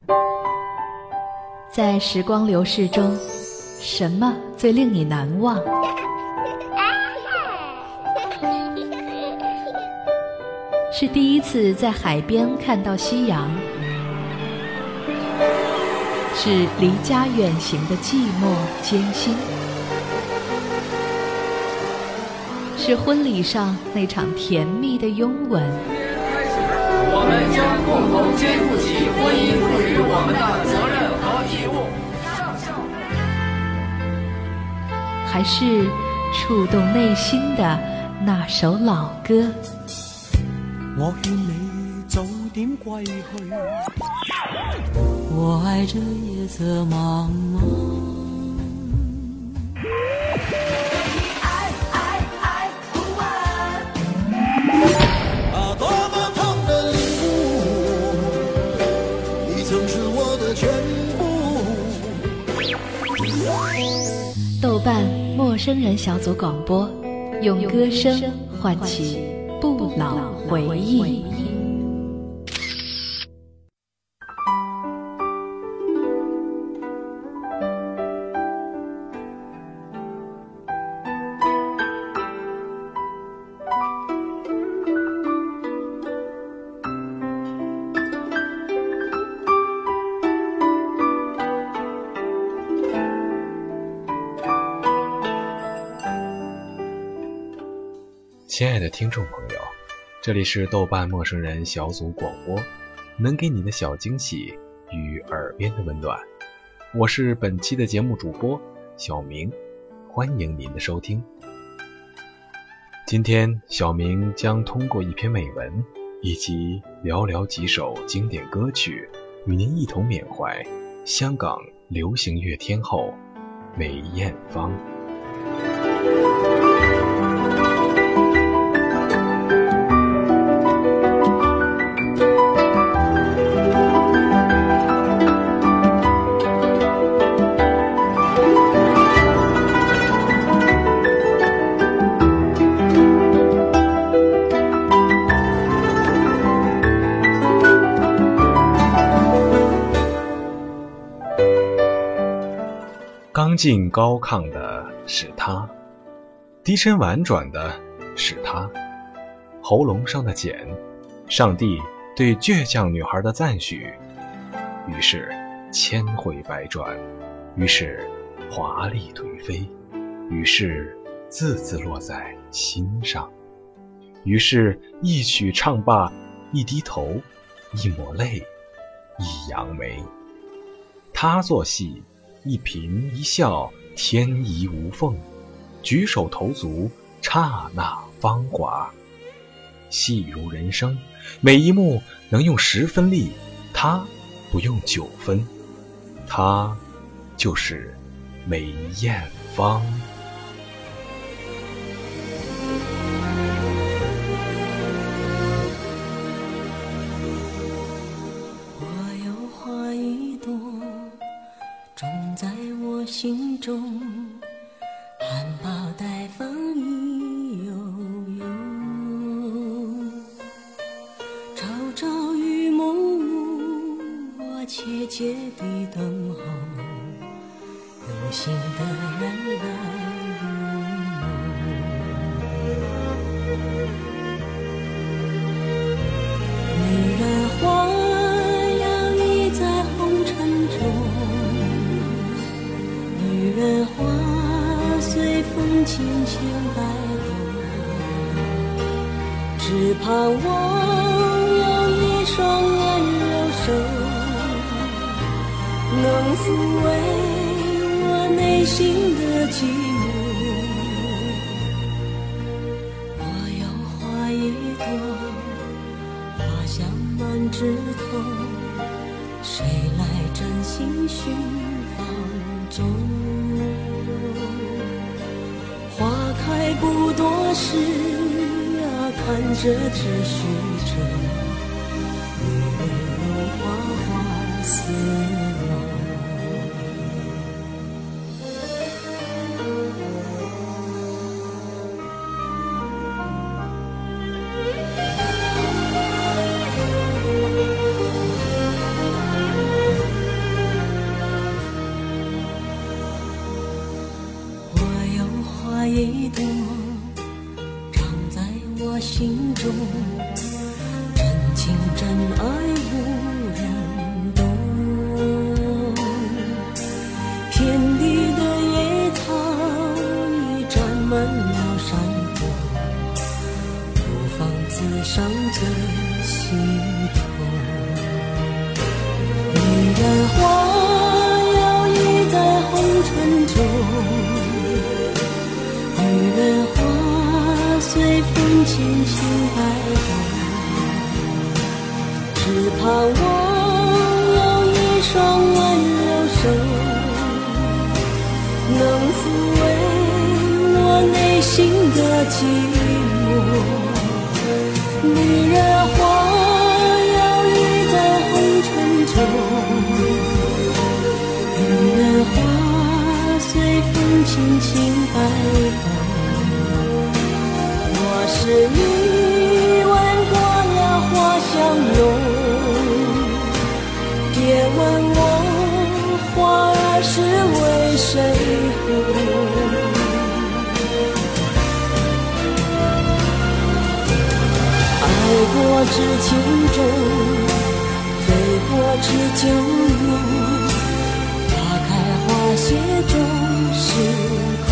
在时光流逝中，什么最令你难忘？是第一次在海边看到夕阳，是离家远行的寂寞艰辛，是婚礼上那场甜蜜的拥吻。 我们将共同肩负起婚姻赋予我们的责任和义务。 还是触动内心的那首老歌。 我劝你早點歸去，我愛這夜色茫茫。多麼痛的領悟，你曾是我的全部。 豆瓣陌生人小组广播，用歌声唤起不老回忆。 亲爱的听众朋友，这里是豆瓣陌生人小组广播，能给你的小惊喜与耳边的温暖。我是本期的节目主播小明，欢迎您的收听。今天小明将通过一篇美文以及寥寥几首经典歌曲，与您一同缅怀香港流行乐天后梅艳芳。刚劲高亢的是他，低沉婉转的是他，喉咙上的茧，上帝对倔强女孩的赞许，于是千回百转，于是华丽颓飞，于是字字落在心上，于是一曲唱罢，一低头，一抹泪，一扬眉。他做戏，一颦一笑，天衣无缝，举手投足，刹那芳华。戏如人生，每一幕能用10分力，他不用9分，他就是梅艳芳。 我有花一朵，种在我心中，含苞待放意悠悠，朝朝与暮暮，我切切地等候，有心的人来入梦。女人花摇曳在红尘中，女人花随风轻轻摆动，只盼望有一双温柔手，能抚慰我内心的寂寞。我有花一朵，花香满枝头，谁来真心寻芳踪？花开不多时啊，看着只虚着，女人如花花似梦。 轻轻摆动，只盼望有一双温柔手，能抚慰我内心的寂寞。女人花摇曳在红尘中，女人花随风轻轻摆动。我是你闻过了花香浓，别问我花儿是为谁红。爱过知情重，醉过知酒浓，花开花谢终是空。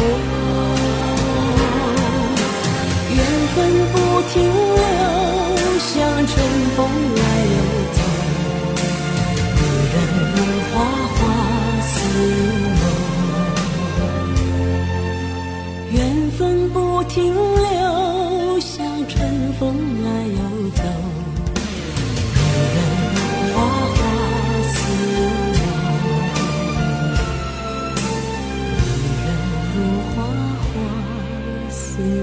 缘分不停留，像春风来又走，女人如花，花似梦。缘分不停留，像春风来又走，女人如花，花似梦。女人如花，花似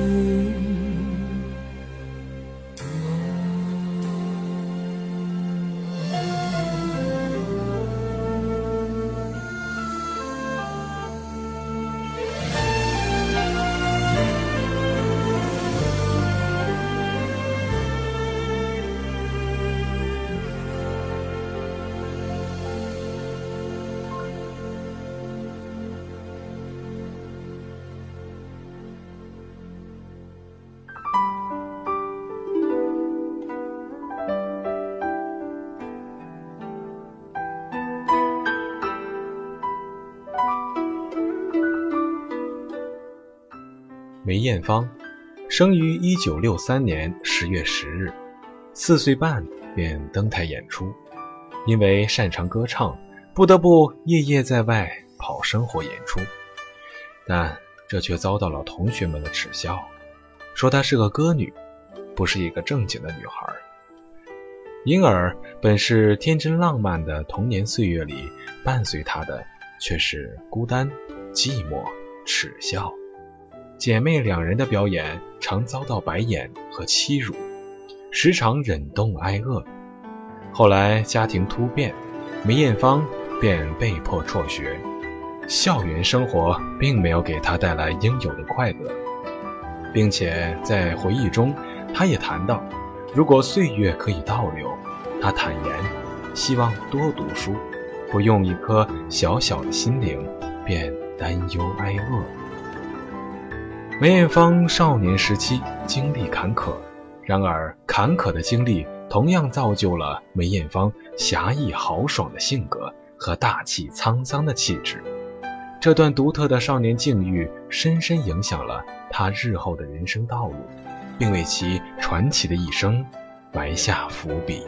梅艳芳生于1963年10月10日，4岁半便登台演出，因为擅长歌唱，不得不夜夜在外跑生活演出，但这却遭到了同学们的耻笑，说她是个歌女，不是一个正经的女孩。因而本是天真浪漫的童年岁月里，伴随她的却是孤单、寂寞、耻笑。姐妹两人的表演常遭到白眼和欺辱，时常忍冻挨饿。后来家庭突变，梅艳芳便被迫辍学，校园生活并没有给她带来应有的快乐，并且在回忆中，她也谈到，如果岁月可以倒流，她坦言希望多读书，不用一颗小小的心灵便担忧挨饿。梅艳芳少年时期经历坎坷，然而坎坷的经历同样造就了梅艳芳侠义豪爽的性格和大气沧桑的气质。这段独特的少年境遇深深影响了她日后的人生道路，并为其传奇的一生埋下伏笔。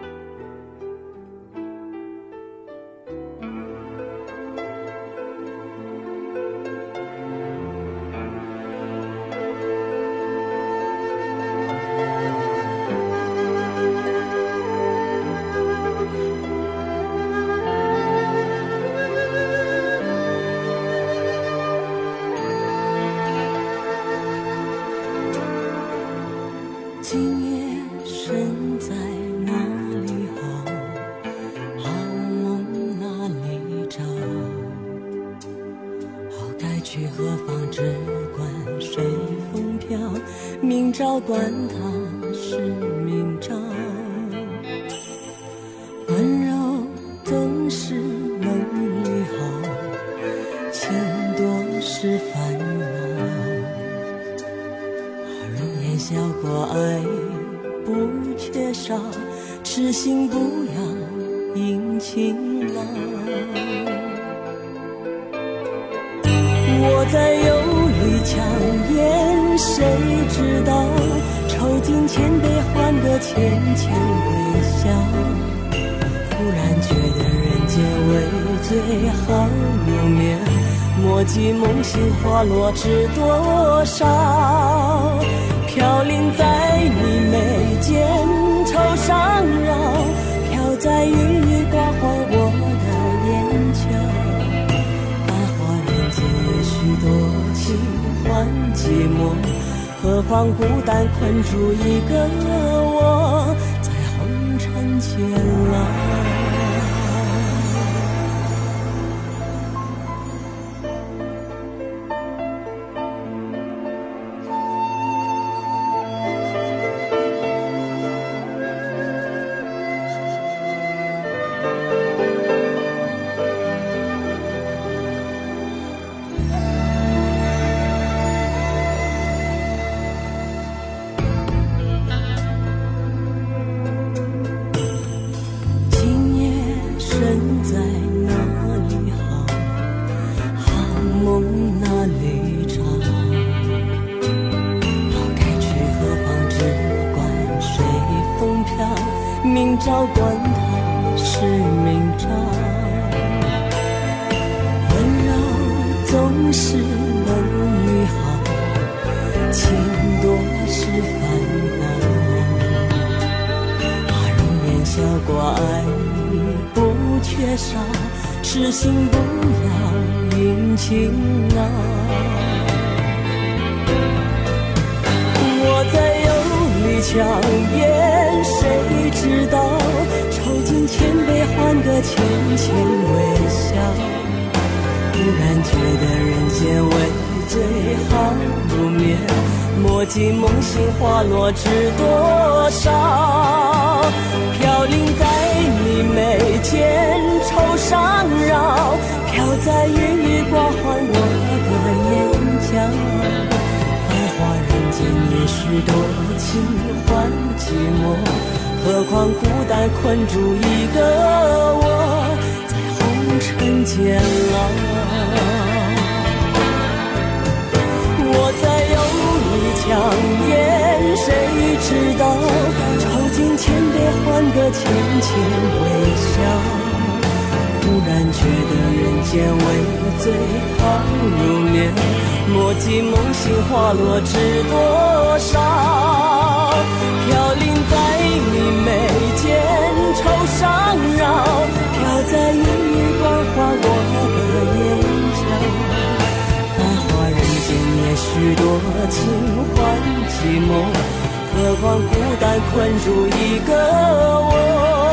今夜身在哪里好，好梦哪里找，好该去何方，只管随风飘，明朝管它是明朝，温柔总是梦里好，情多是烦恼，笑过爱不缺少，痴心不要引情恼。我在忧里强颜，谁知道抽尽千杯换个浅浅微笑，忽然觉得人间为最好有眠，莫记梦醒花落知多少， 飘零在你眉间，愁上绕，飘在郁郁挂怀我的眼角。繁华人间也许多情换寂寞，何况孤单困住一个我，在红尘间了。明朝观台是明朝，温柔总是能女好，情多是烦恼。容颜笑过爱不缺少，痴心不要殷勤恼。我在有理强言，谁知道抽尽千杯换个浅浅微笑。忽然觉得人间为最好入眠，莫记梦醒花落知多少。飘零在你眉间，愁上绕，飘在郁郁挂怀我的眼角。也许多情换寂寞，何况孤单困住一个我，在红尘间了。我在有理强言，谁知道抽尽千杯换个浅浅微笑。忽然觉得人间为最好入眠，莫记梦醒花落知多少。飘零在你眉间，愁上绕，飘在郁郁关怀我的眼角。繁华人间也许多情换寂寞，何况孤单困住一个我，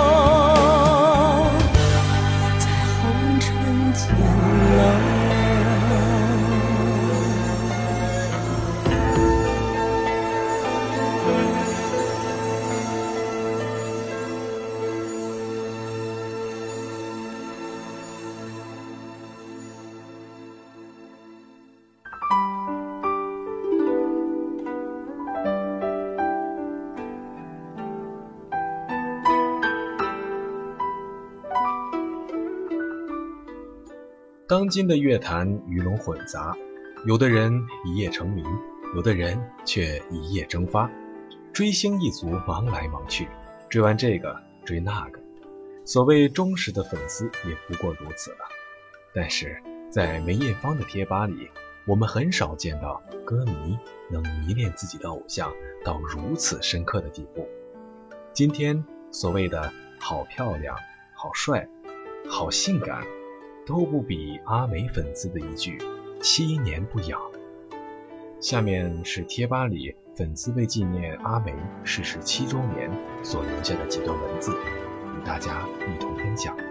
当今的乐坛鱼龙混杂，有的人一夜成名，有的人却一夜蒸发。追星一族忙来忙去，追完这个追那个，所谓忠实的粉丝也不过如此了。但是在梅艳芳的贴吧里，我们很少见到歌迷能迷恋自己的偶像到如此深刻的地步。今天所谓的好漂亮、好帅、好性感，都不比阿梅粉丝的一句7年不养。下面是贴吧里粉丝为纪念阿梅逝世7周年所留下的几段文字，与大家一同分享。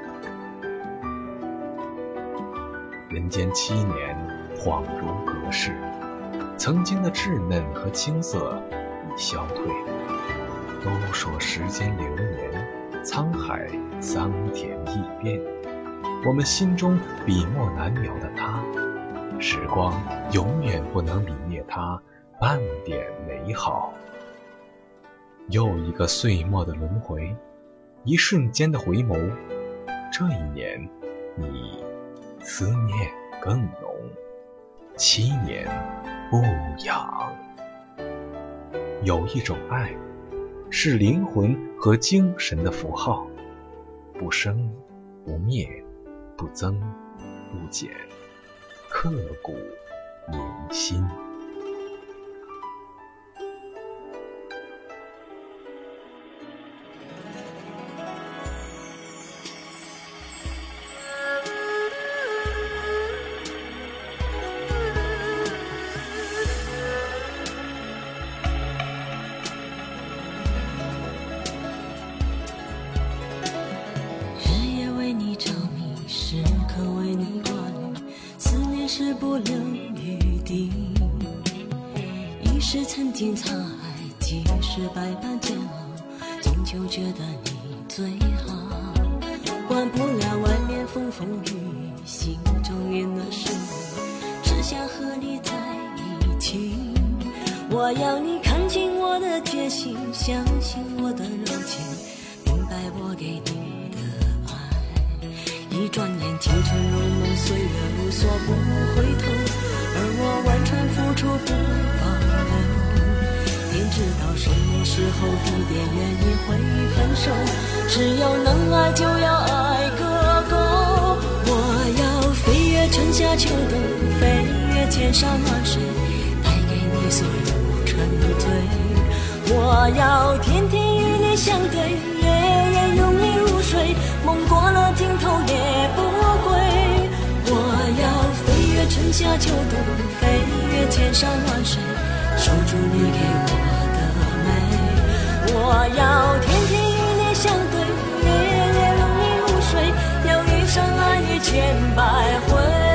人间7年恍如隔世，曾经的稚嫩和青涩已消退。都说时间流年，沧海桑田易变，我们心中笔墨难描的他，时光永远不能泯灭他半点美好。又一个岁末的轮回，一瞬间的回眸，这一年你思念更浓，7年不养。有一种爱，是灵魂和精神的符号，不生不灭，不增不减，刻骨铭心。 精彩，即使百般煎熬，终究觉得你最好。管不了外面风风雨雨，心中念的是你，只想和你在一起。我要你看清我的决心，相信我的柔情，明白我给你的爱。一转眼青春如梦，岁月无所不回头，而我完全付出不保留。天知道什么时候地点原因会分手，只要能爱就要爱个够。我要飞越春夏秋冬，飞越千山万水，带给你所有沉醉。我要天天与你相对，夜夜拥你入睡，梦过了尽头也不归。我要飞越春夏秋冬，飞越千山万水，守住你给我的美。我要天天与你相对，夜夜拥你入睡，要一生爱你千百回。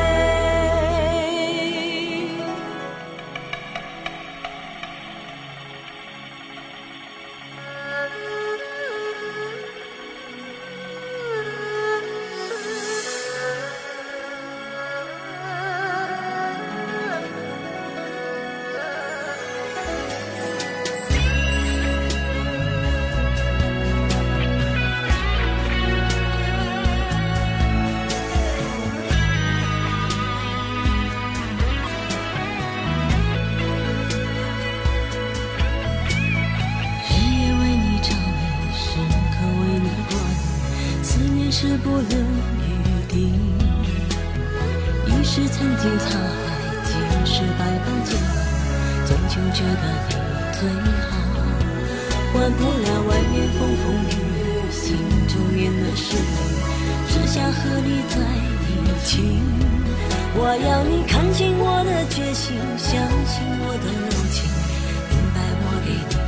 是不留余地，一时曾经沧海，今世百般煎熬，终究觉得你最好。管不了外面风风雨雨，心中念的是你，只想和你在一起。我要你看清我的决心，相信我的柔情，明白我给你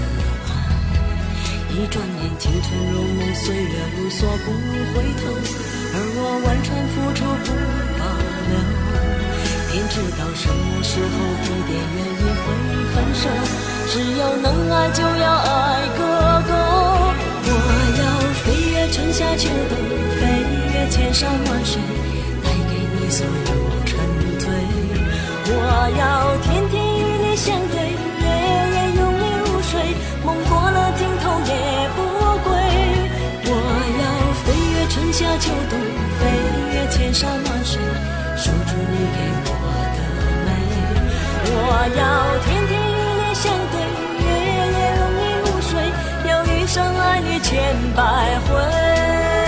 一转眼青春如梦，岁月无所不回头，而我完全付出不保留。天知道什么时候地点原因会分手，只要能爱就要爱个够。我要飞越春夏秋冬，飞越千山万水，带给你所有沉醉。我要天天与你相对，夜夜拥你入睡，梦过了尽头也不归。我要飞越春夏秋冬，飞越千山万水，守住你给我的美。我要天天与你相对，夜夜拥你入睡，要一生爱你千百回。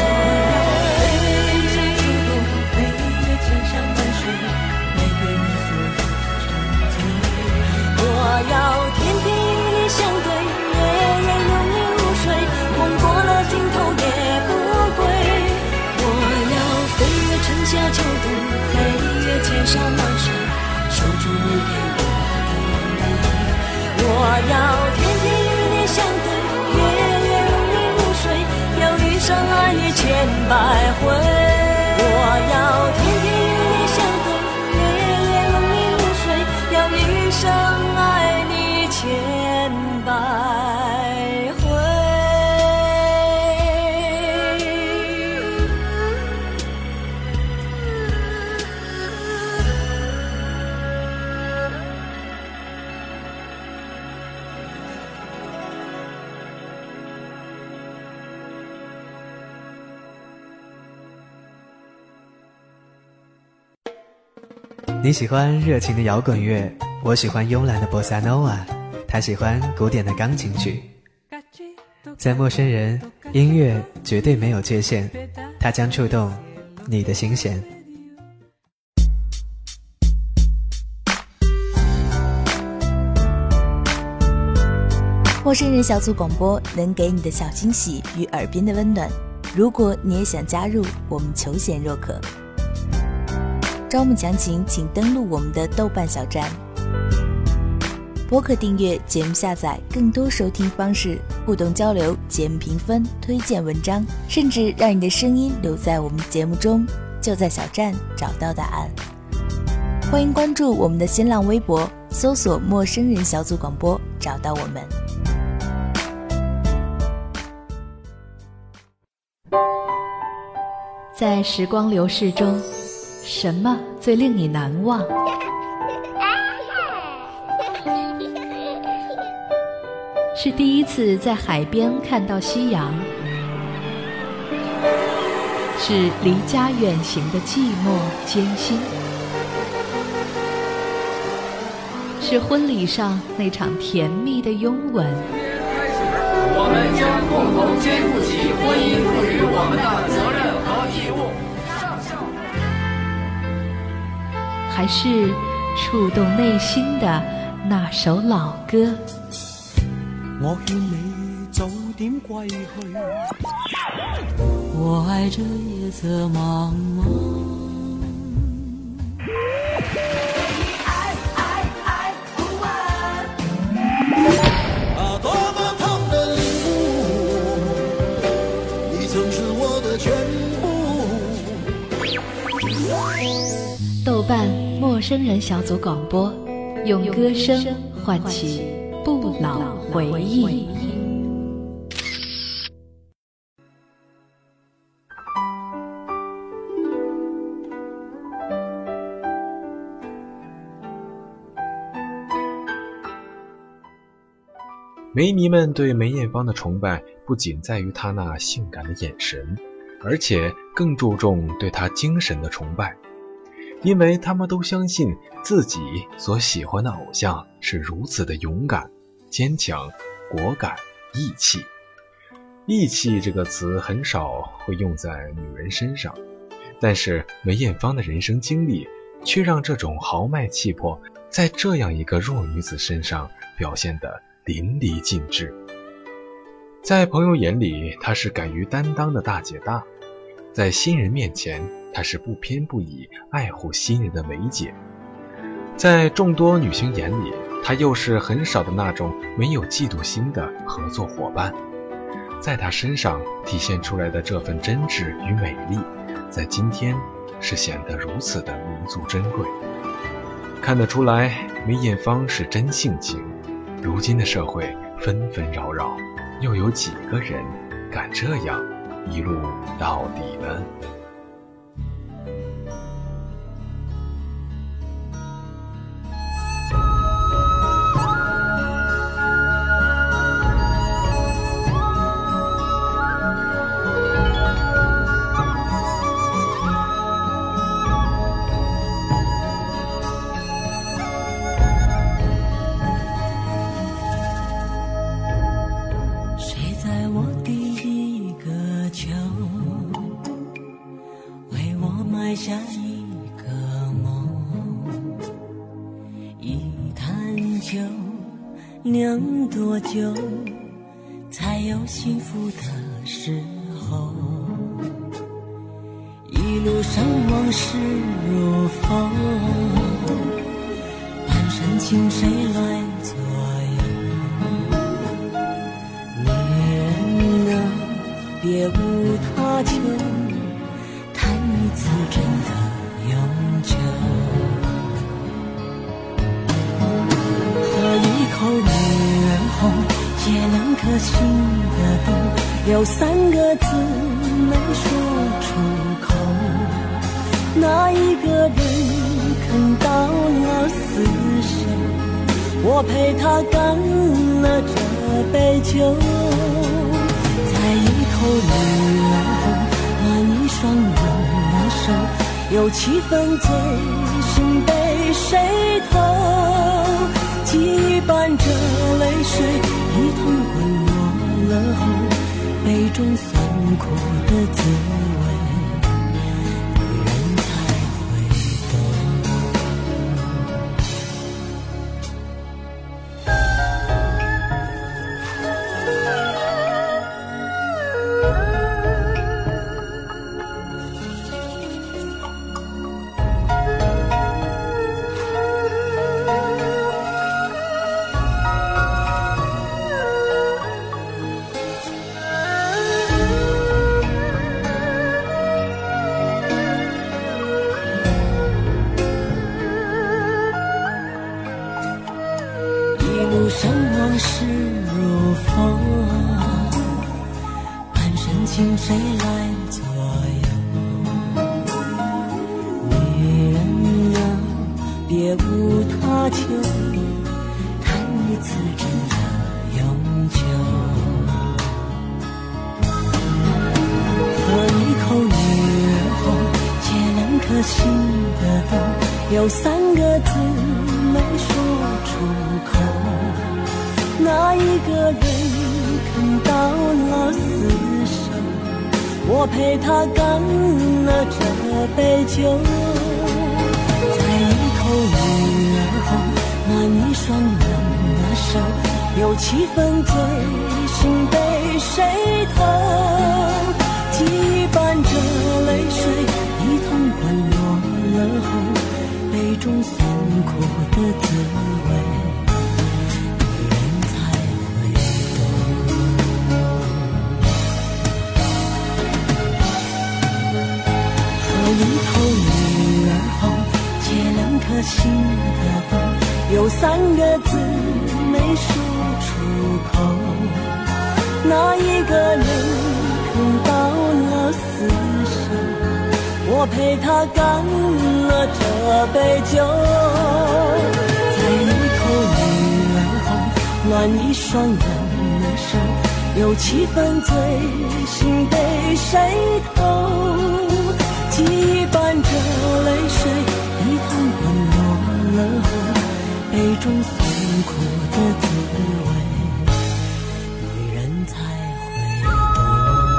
我要天天与你相对，夜夜拥你入睡，梦过了尽头也不归。我要飞越春夏秋冬，飞越千山万水，守住你给我的美。我要天天与你相对，夜夜拥你入睡，要一生爱你千百回。我要天天与你相对，夜夜拥你入睡，要一生爱你千百回。 你喜欢热情的摇滚乐，我喜欢慵懒的波萨诺瓦，他喜欢古典的钢琴曲。在陌生人，音乐绝对没有界限，它将触动你的心弦。 陌生人小组广播能给你的小惊喜与耳边的温暖，如果你也想加入，我们求贤若渴。招募详情请登录我们的豆瓣小站。播客订阅、节目下载、更多收听方式、互动交流、节目评分、推荐文章，甚至让你的声音留在我们节目中，就在小站找到答案。欢迎关注我们的新浪微博搜索陌生人小组广播找到我们。 在时光流逝中，什么最令你难忘？是第一次在海边看到夕阳，是离家远行的寂寞艰辛，是婚礼上那场甜蜜的拥吻。 我们将共同肩负起婚姻赋予我们的责任和义务。 还是触动内心的那首老歌。 我劝你早點歸去，我愛這夜色茫茫。多麼痛的領悟，你曾是我的全部。 豆瓣陌生人小组廣播，用歌聲喚起不老回憶。 梅迷们对梅艳芳的崇拜不仅在于她那性感的眼神，而且更注重对她精神的崇拜，因为他们都相信自己所喜欢的偶像是如此的勇敢、坚强、果敢、义气。义气这个词很少会用在女人身上，但是梅艳芳的人生经历却让这种豪迈气魄在这样一个弱女子身上表现得淋漓尽致。在朋友眼里，她是敢于担当的大姐大；在新人面前，她是不偏不倚爱护新人的梅姐；在众多女星眼里，她又是很少的那种没有嫉妒心的合作伙伴。在她身上体现出来的这份真挚与美丽，在今天是显得如此的弥足珍贵。看得出来，梅艳芳是真性情。如今的社会纷纷扰扰，又有几个人敢这样一路到底呢？ 下一个梦，一坛酒，酿多久才有幸福的时候？一路上往事如风，半生情谁来左右？女人啊，别无他求，谈一次真的永久。喝一口女人红，解两颗心的洞，有三个字没说出口，哪一个人肯到老死守？我陪他干了这杯酒，在一口女人红，暖一双温暖手，有七分醉心被谁偷？记伴着泪水一同滚落了后，杯中酸苦的滋味，女人才会懂。 谁来左右？女人啊，别无他求，谈一次真的永久。喝一口女儿红，借两颗心的洞，有3个字没说出口。那一个人肯到老死守，我陪他干了这杯酒。再一口女儿红，暖一双冷的手，有7分醉心被谁偷？记忆伴着泪水一同滚落了后，杯中酸苦的滋味一口女儿红，借2颗心的洞，有3个字没说出口。那一个人肯到老死守，我陪他干了这杯酒。再一口女儿红，暖一双冷的手，有7分醉心被谁偷？记忆伴着泪水一同滚落了后，杯中酸苦的滋味女人才会懂。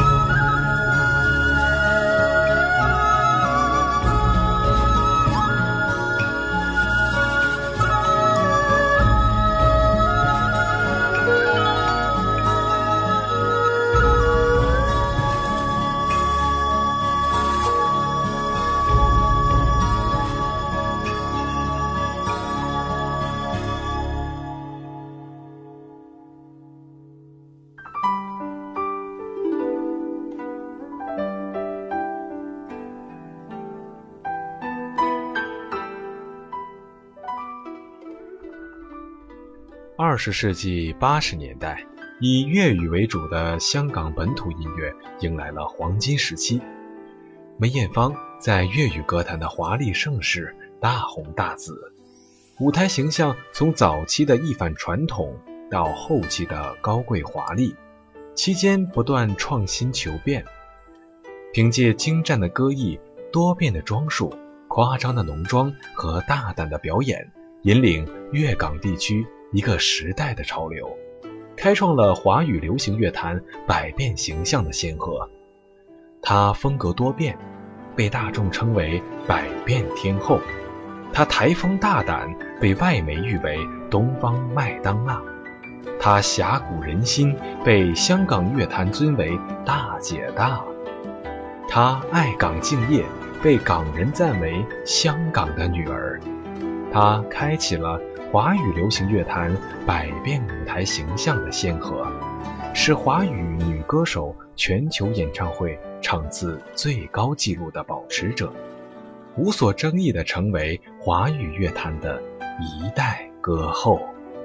20世纪80年代，以粤语为主的香港本土音乐迎来了黄金时期。梅艳芳在粤语歌坛的华丽盛世大红大紫，舞台形象从早期的一反传统到后期的高贵华丽，期间不断创新求变。凭借精湛的歌艺、多变的装束、夸张的浓妆和大胆的表演，引领粤港地区一个时代的潮流，开创了华语流行乐坛百变形象的先河。她风格多变，被大众称为百变天后。她台风大胆，被外媒誉为东方麦当娜。她侠骨人心，被香港乐坛尊为大姐大。她爱岗敬业，被港人赞为香港的女儿。她开启了华语流行乐坛百变舞台形象的先河，是华语女歌手全球演唱会场次最高纪录的保持者，无所争议地成为华语乐坛的一代歌后。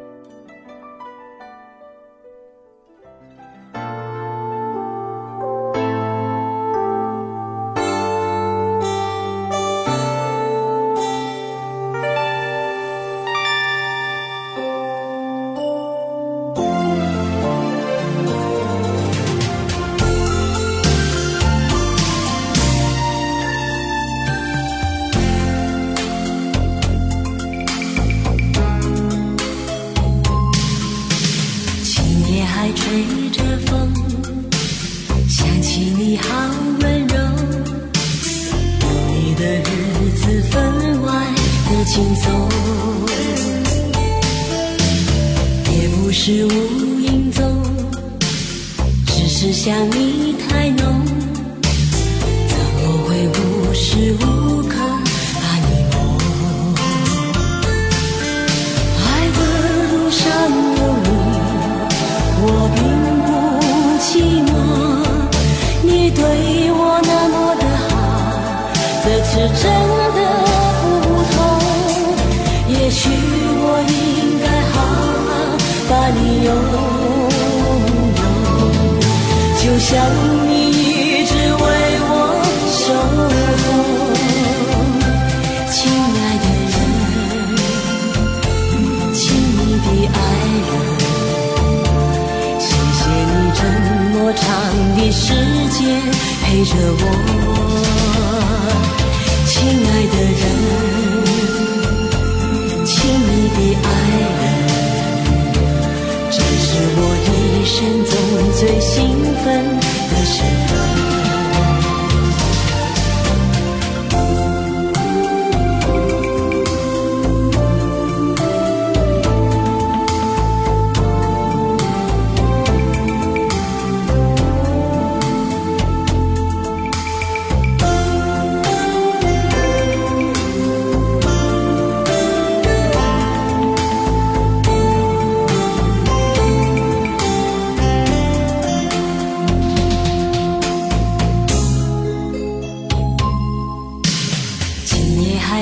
吹着风，想起你好温柔，有你的日子分外的轻松，也不是无影踪，只是想你太浓，怎么会无时无刻把你梦？爱的路上有你，我并不寂寞，你对我那么的好，这次真的不同，也许我应该好好把你拥有，就像你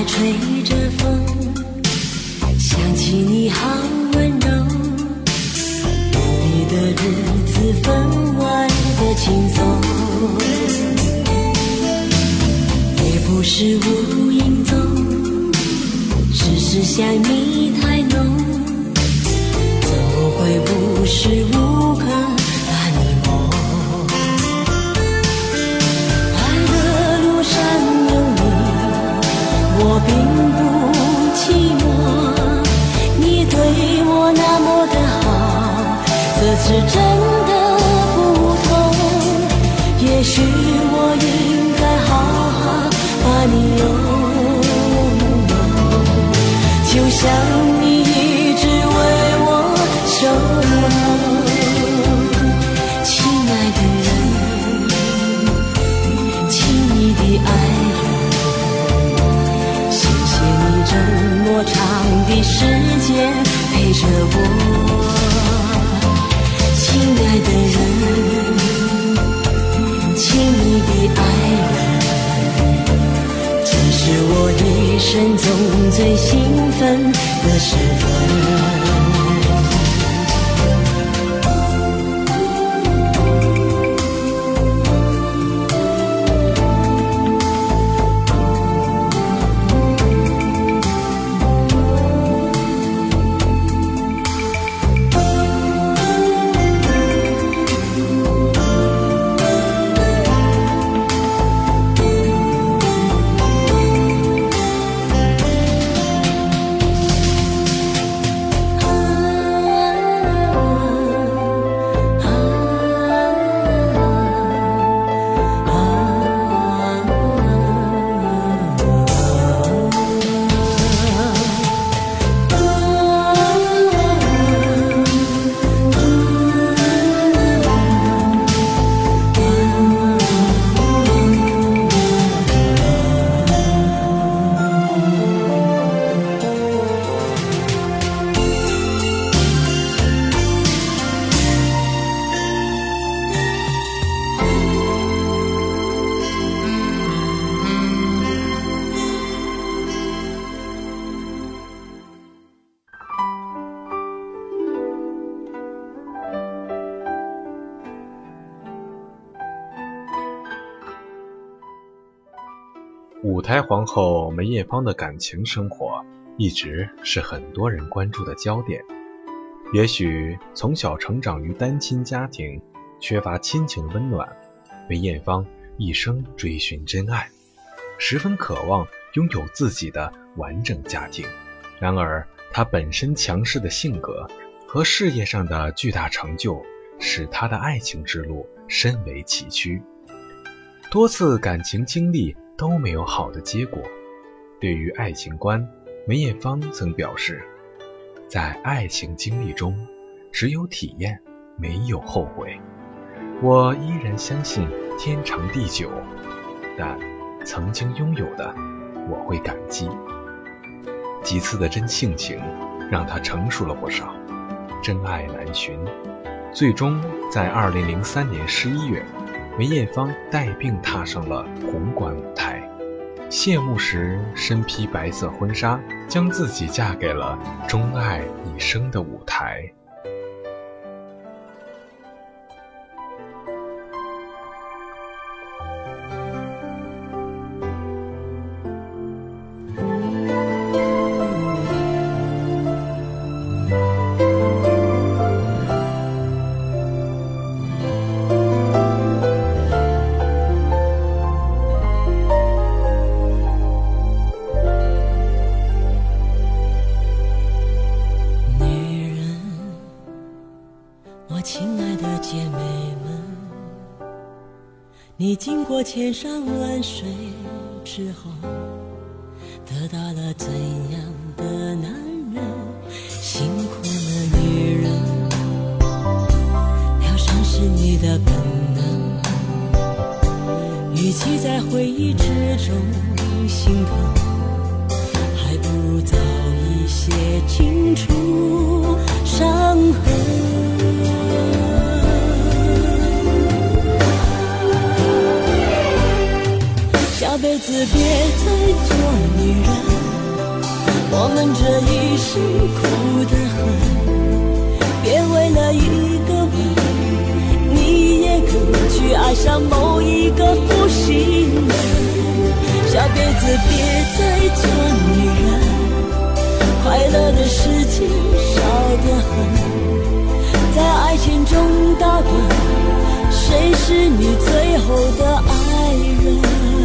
还吹着风，想起你好温柔，有你的日子分外的轻松，也不是无影踪，只是想你太浓，怎么会无时无刻把你梦？爱的路上有你，我并不寂寞，你对我那么的好，这次真的不同，也许我应该好好把你拥有，就像你一直为我守候。亲爱的人，亲密的爱人，谢谢你这么长的时间陪着我。亲爱的人，亲密的爱人，这是我一生中最兴奋的时分。 舞台皇后梅艳芳的感情生活一直是很多人关注的焦点。也许从小成长于单亲家庭，缺乏亲情温暖，梅艳芳一生追寻真爱，十分渴望拥有自己的完整家庭。然而她本身强势的性格和事业上的巨大成就，使她的爱情之路深为崎岖，多次感情经历都没有好的结果。对于爱情观，梅艳芳曾表示，在爱情经历中只有体验，没有后悔。我依然相信天长地久，但曾经拥有的我会感激。几次的真性情让她成熟了不少，真爱难寻。最终在2003年11月，梅艳芳带病踏上了红馆舞台，谢幕时身披白色婚纱，将自己嫁给了钟爱一生的舞台。 你经过千山万水之后，得到了怎样的男人？辛苦了女人，疗伤是你的本能。与其在回忆之中心疼，还不如早一些清除伤痕。下辈子别再做女人， 我们这一生苦得很，别为了一个吻，你也肯去爱上某一个负心人。下辈子别再做女人，快乐的时间少得很，在爱情中打滚，谁是你最后的爱人？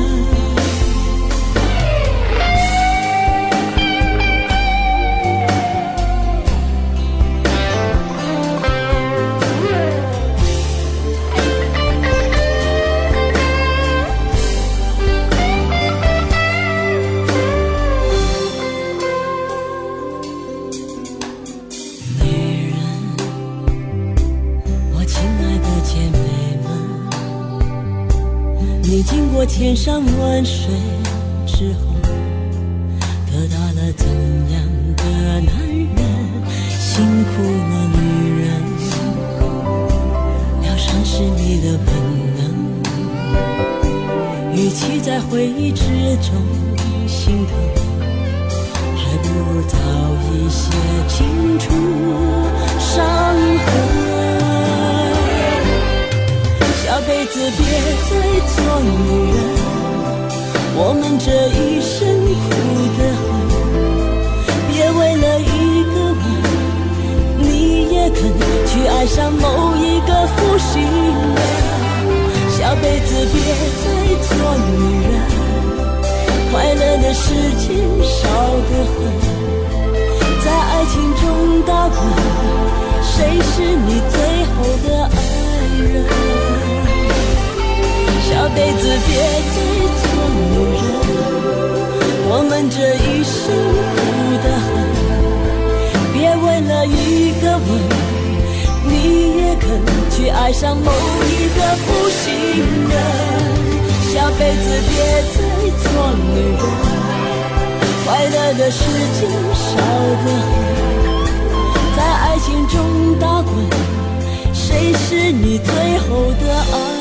你经过千山万水之后，得到了怎样的男人？辛苦了女人，疗伤是你的本能。与其在回忆之中心疼，还不如早一些清除伤痕。下辈子别再做女人，我们这一生苦得很，别为了一个吻，你也肯去爱上某一个负心人。下辈子别再做女人，快乐的时间少得很，在爱情中打滚，谁是你最后的爱人？下辈子别再做女人，我们这一生苦得很，别为了一个吻，你也肯去爱上某一个负心人。下辈子别再做女人，快乐的时间少得很，在爱情中打滚，谁是你最后的爱？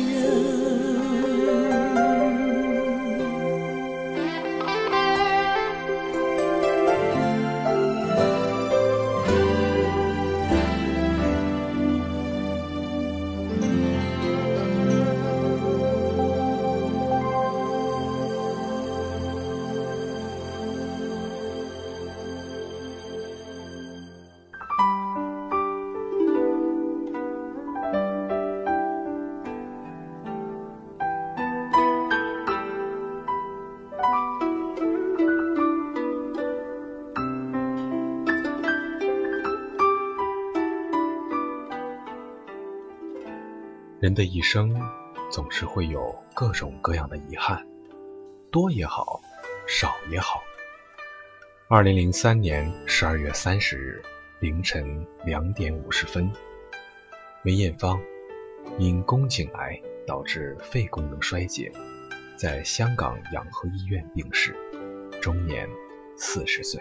人的一生总是会有各种各样的遗憾，多也好，少也好。2003年12月30日凌晨2点50分，梅艳芳因宫颈癌导致肺功能衰竭，在香港养和医院病逝，终年40岁。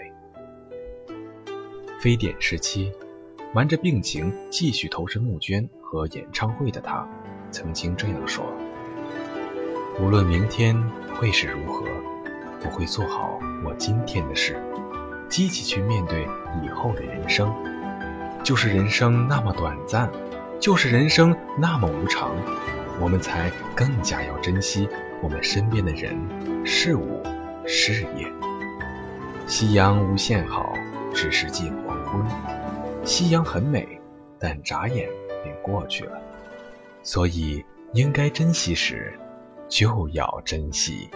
非典时期，瞒着病情继续投身募捐和演唱会的他，曾经这样说：无论明天会是如何，我会做好我今天的事，积极去面对以后的人生。就是人生那么短暂，就是人生那么无常，我们才更加要珍惜我们身边的人、事物、事业。夕阳无限好，只是近黄昏。夕阳很美，但眨眼便过去了，所以应该珍惜时就要珍惜。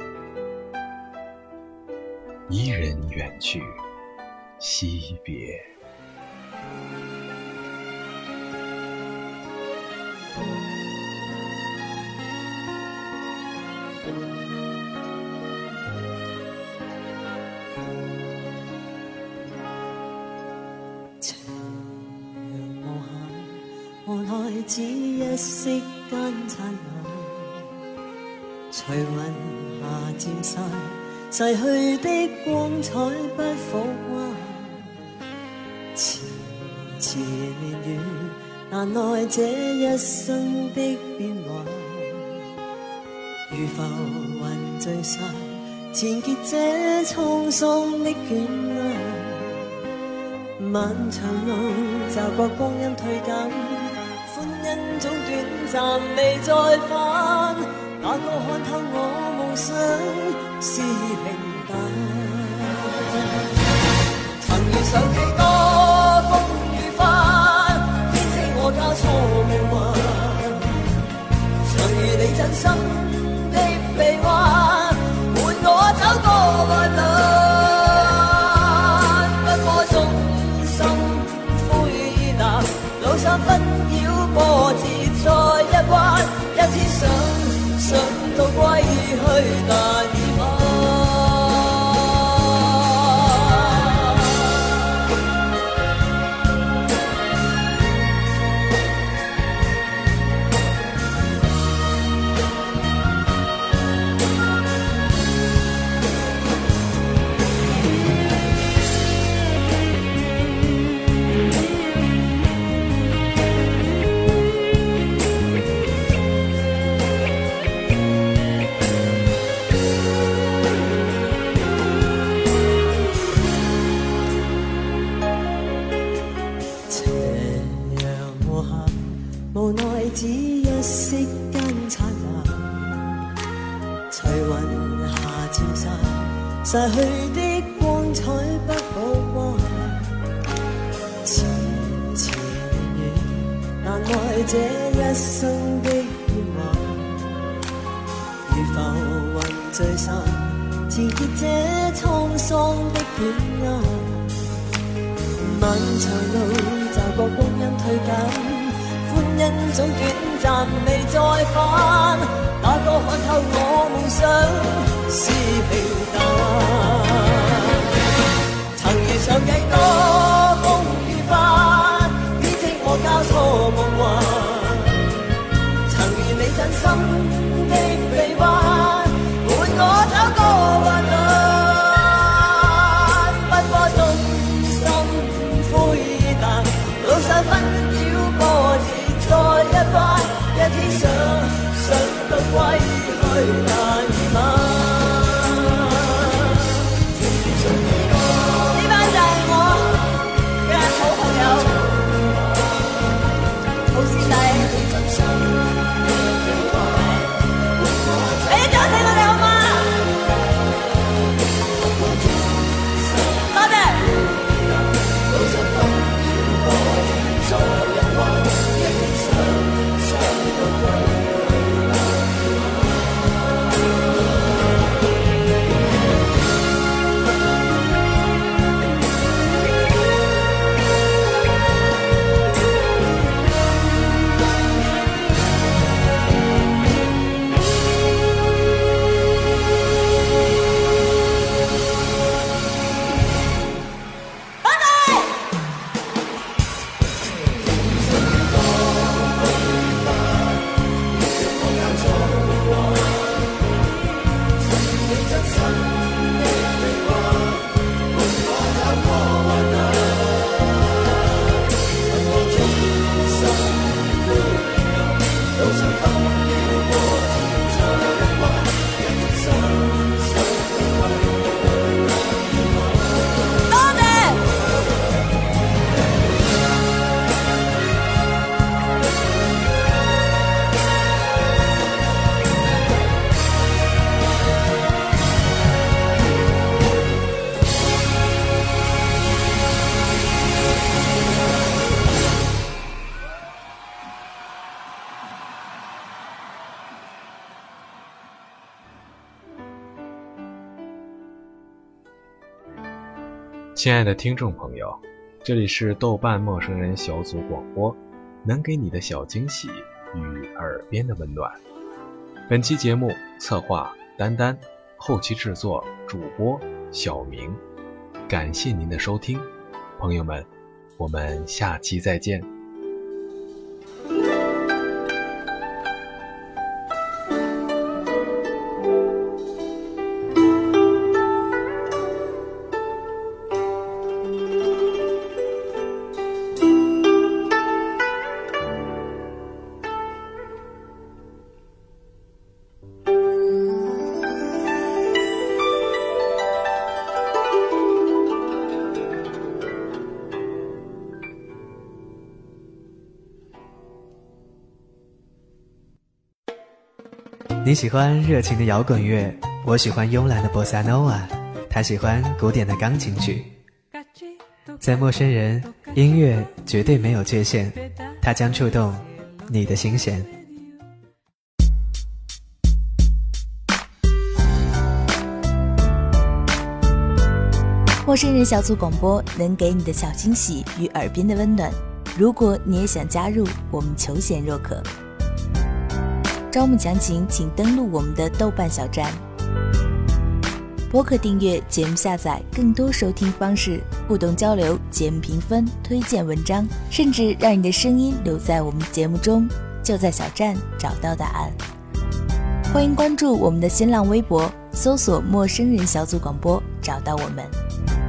伊人远去，惜别。 看海只一息間燦爛，隨雲下漸散，逝去的光彩不復還。遲遲年月，難耐這一生的變幻。如浮雲聚散， 前结这沧桑的卷啊，漫长路骤觉光阴退减，欢欣总短暂未再返，哪个看透我梦想是平淡？曾遇上几多风雨翻，编织我交错梦幻，曾遇你真心的臂弯，伴我走过患难，不过衷心灰淡，路上纷扰波折在一彎，一天想到歸去，但已晚。無奈只一息間燦爛，隨雲下漸散，逝去的光彩不復還。遲遲年月，難耐這一生的願望，如浮雲聚散，纏結這滄桑的卷啊，漫長路驟覺光陰退減。歡欣總短暫未再返，哪個看透我夢想是平淡？曾遇上幾多風雨翻，編織我交錯夢幻，曾遇你真心的臂彎，伴我走過患難，不過衷心灰淡，路上紛擾波折再一彎，一天想到歸去，但已晚。呢班就係我嘅好朋友，好師弟，俾啲掌聲我哋好嗎？多謝。 亲爱的听众朋友，这里是豆瓣陌生人小组广播，能给你的小惊喜与耳边的温暖。本期节目策划丹丹，后期制作主播小明。感谢您的收听，朋友们，我们下期再见。 你喜欢热情的摇滚乐，我喜欢慵懒的波萨诺瓦，他喜欢古典的钢琴曲。在陌生人，音乐绝对没有界限，它将触动你的心弦。 陌生人小组广播能给你的小惊喜与耳边的温暖。如果你也想加入，我们求贤若渴。招募详情请登录我们的豆瓣小站。播客订阅、节目下载、更多收听方式、互动交流、节目评分、推荐文章，甚至让你的声音留在我们节目中，就在小站找到答案。欢迎关注我们的新浪微博，搜索陌生人小组广播，找到我们。